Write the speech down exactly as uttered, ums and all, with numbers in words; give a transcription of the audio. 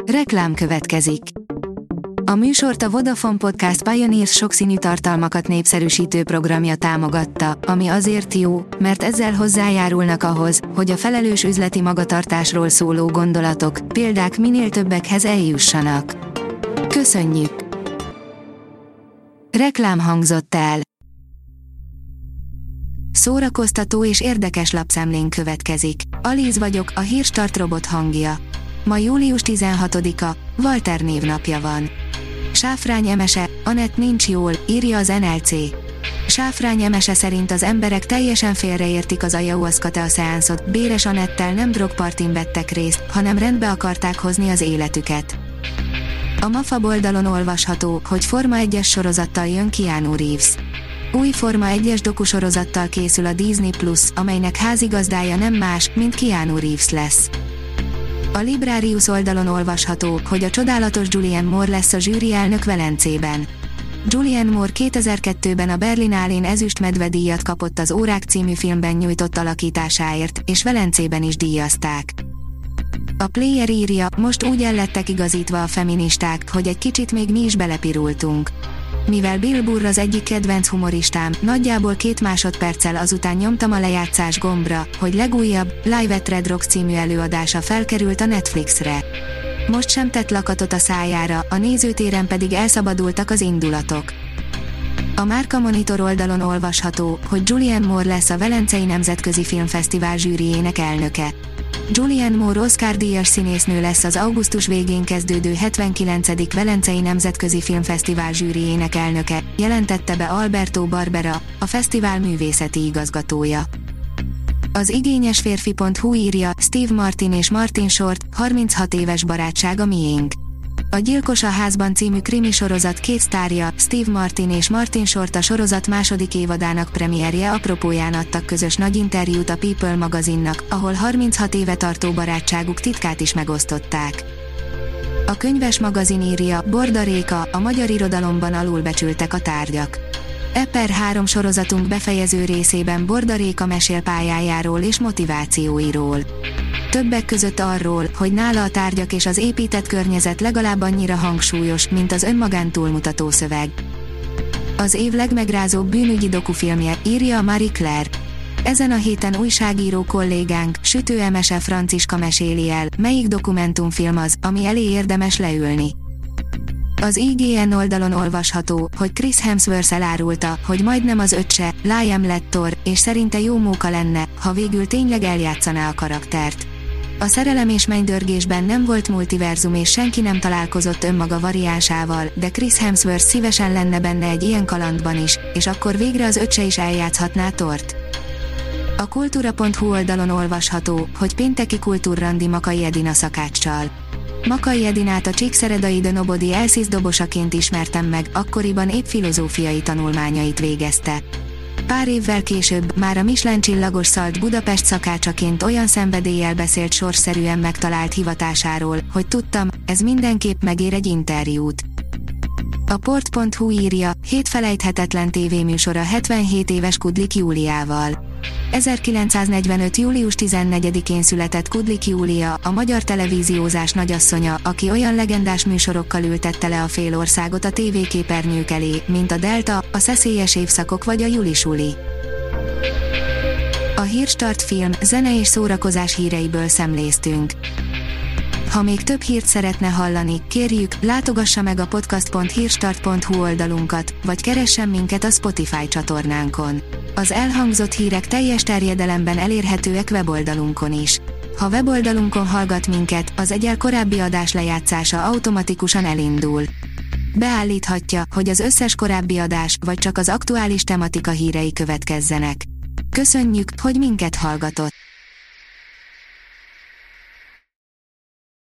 Reklám következik. A műsort a Vodafone Podcast Pioneers sokszínű tartalmakat népszerűsítő programja támogatta, ami azért jó, mert ezzel hozzájárulnak ahhoz, hogy a felelős üzleti magatartásról szóló gondolatok, példák minél többekhez eljussanak. Köszönjük! Reklám hangzott el. Szórakoztató és érdekes lapszemlén következik. Alíz vagyok, a Hírstart robot hangja. Ma július tizenhatodika, Walter névnapja van. Sáfrány Emese, Anett nincs jól, írja az en el cé. Sáfrány Emese szerint az emberek teljesen félreértik az ayahuasca szeánszot, Béres Anettel nem drogpartin vettek részt, hanem rendbe akarták hozni az életüket. A MAFA oldalon olvasható, hogy Forma egyes sorozattal jön Keanu Reeves. Új Forma egyes dokusorozattal készül a Disney Plus, amelynek házigazdája nem más, mint Keanu Reeves lesz. A Librarius oldalon olvasható, hogy a csodálatos Julianne Moore lesz a zsűri elnök Velencében. Julianne Moore kétezer-kettőben a Berlinálén ezüstmedve díjat kapott az Órák című filmben nyújtott alakításáért, és Velencében is díjazták. A Player írja, most úgy ellettek igazítva a feministák, hogy egy kicsit még mi is belepirultunk. Mivel Bill Burr az egyik kedvenc humoristám, nagyjából két másodperccel azután nyomtam a lejátszás gombra, hogy legújabb, Live at Red Rock című előadása felkerült a Netflixre. Most sem tett lakatot a szájára, a nézőtéren pedig elszabadultak az indulatok. A Márka Monitor oldalon olvasható, hogy Julianne Moore lesz a Velencei Nemzetközi Filmfesztivál zsűriének elnöke. Julianne Moore Oscar-díjas színésznő lesz az augusztus végén kezdődő hetvenkilencedik Velencei Nemzetközi Filmfesztivál zsűriének elnöke, jelentette be Alberto Barbera, a fesztivál művészeti igazgatója. Az igényes férfi pont hu írja, Steve Martin és Martin Short, harminchat éves barátság a miénk. A Gyilkos a házban című krimi sorozat két sztárja, Steve Martin és Martin Short a sorozat második évadának premierje apropóján adtak közös nagy interjút a People magazinnak, ahol harminchat éve tartó barátságuk titkát is megosztották. A Könyves magazin írja, Borda Réka, a magyar irodalomban alulbecsültek a tárgyak. E per három sorozatunk befejező részében Borda Réka mesél pályájáról és motivációiról. Többek között arról, hogy nála a tárgyak és az épített környezet legalább annyira hangsúlyos, mint az önmagán túlmutató szöveg. Az év legmegrázóbb bűnügyi dokufilmje, írja a Marie Claire. Ezen a héten újságíró kollégánk, Sütő Emese Franciska meséli el, melyik dokumentumfilm az, ami elé érdemes leülni. Az i gé en oldalon olvasható, hogy Chris Hemsworth elárulta, hogy majdnem az öccse, Liam lett Thor, és szerinte jó móka lenne, ha végül tényleg eljátszaná a karaktert. A szerelem és mennydörgésben nem volt multiverzum és senki nem találkozott önmaga variánsával, de Chris Hemsworth szívesen lenne benne egy ilyen kalandban is, és akkor végre az öccse is eljátszhatná Thort. A kultúra pont hu oldalon olvasható, hogy pénteki kultúrrandi Makai Edina szakáccsal. Makai Edinát a Csíkszeredai The Nobody Elsis dobosaként ismertem meg, akkoriban épp filozófiai tanulmányait végezte. Pár évvel később, már a Michelin csillagos Szalt Budapest szakácsaként olyan szenvedéllyel beszélt sorsszerűen megtalált hivatásáról, hogy tudtam, ez mindenképp megér egy interjút. A port pont hu írja, hét felejthetetlen tévéműsora hetvenhét éves Kudlik Júliával. ezerkilencszáznegyvenöt július tizennegyedikén született Kudlik Júlia, a magyar televíziózás nagyasszonya, aki olyan legendás műsorokkal ültette le a félországot a tévéképernyők elé, mint a Delta, a Szeszélyes évszakok vagy a Juli Suli. A Hírstart film, zene és szórakozás híreiből szemléztünk. Ha még több hírt szeretne hallani, kérjük, látogassa meg a podcast pont hírstart pont hu oldalunkat, vagy keressen minket a Spotify csatornánkon. Az elhangzott hírek teljes terjedelemben elérhetőek weboldalunkon is. Ha weboldalunkon hallgat minket, az egyel korábbi adás lejátszása automatikusan elindul. Beállíthatja, hogy az összes korábbi adás, vagy csak az aktuális tematika hírei következzenek. Köszönjük, hogy minket hallgatott!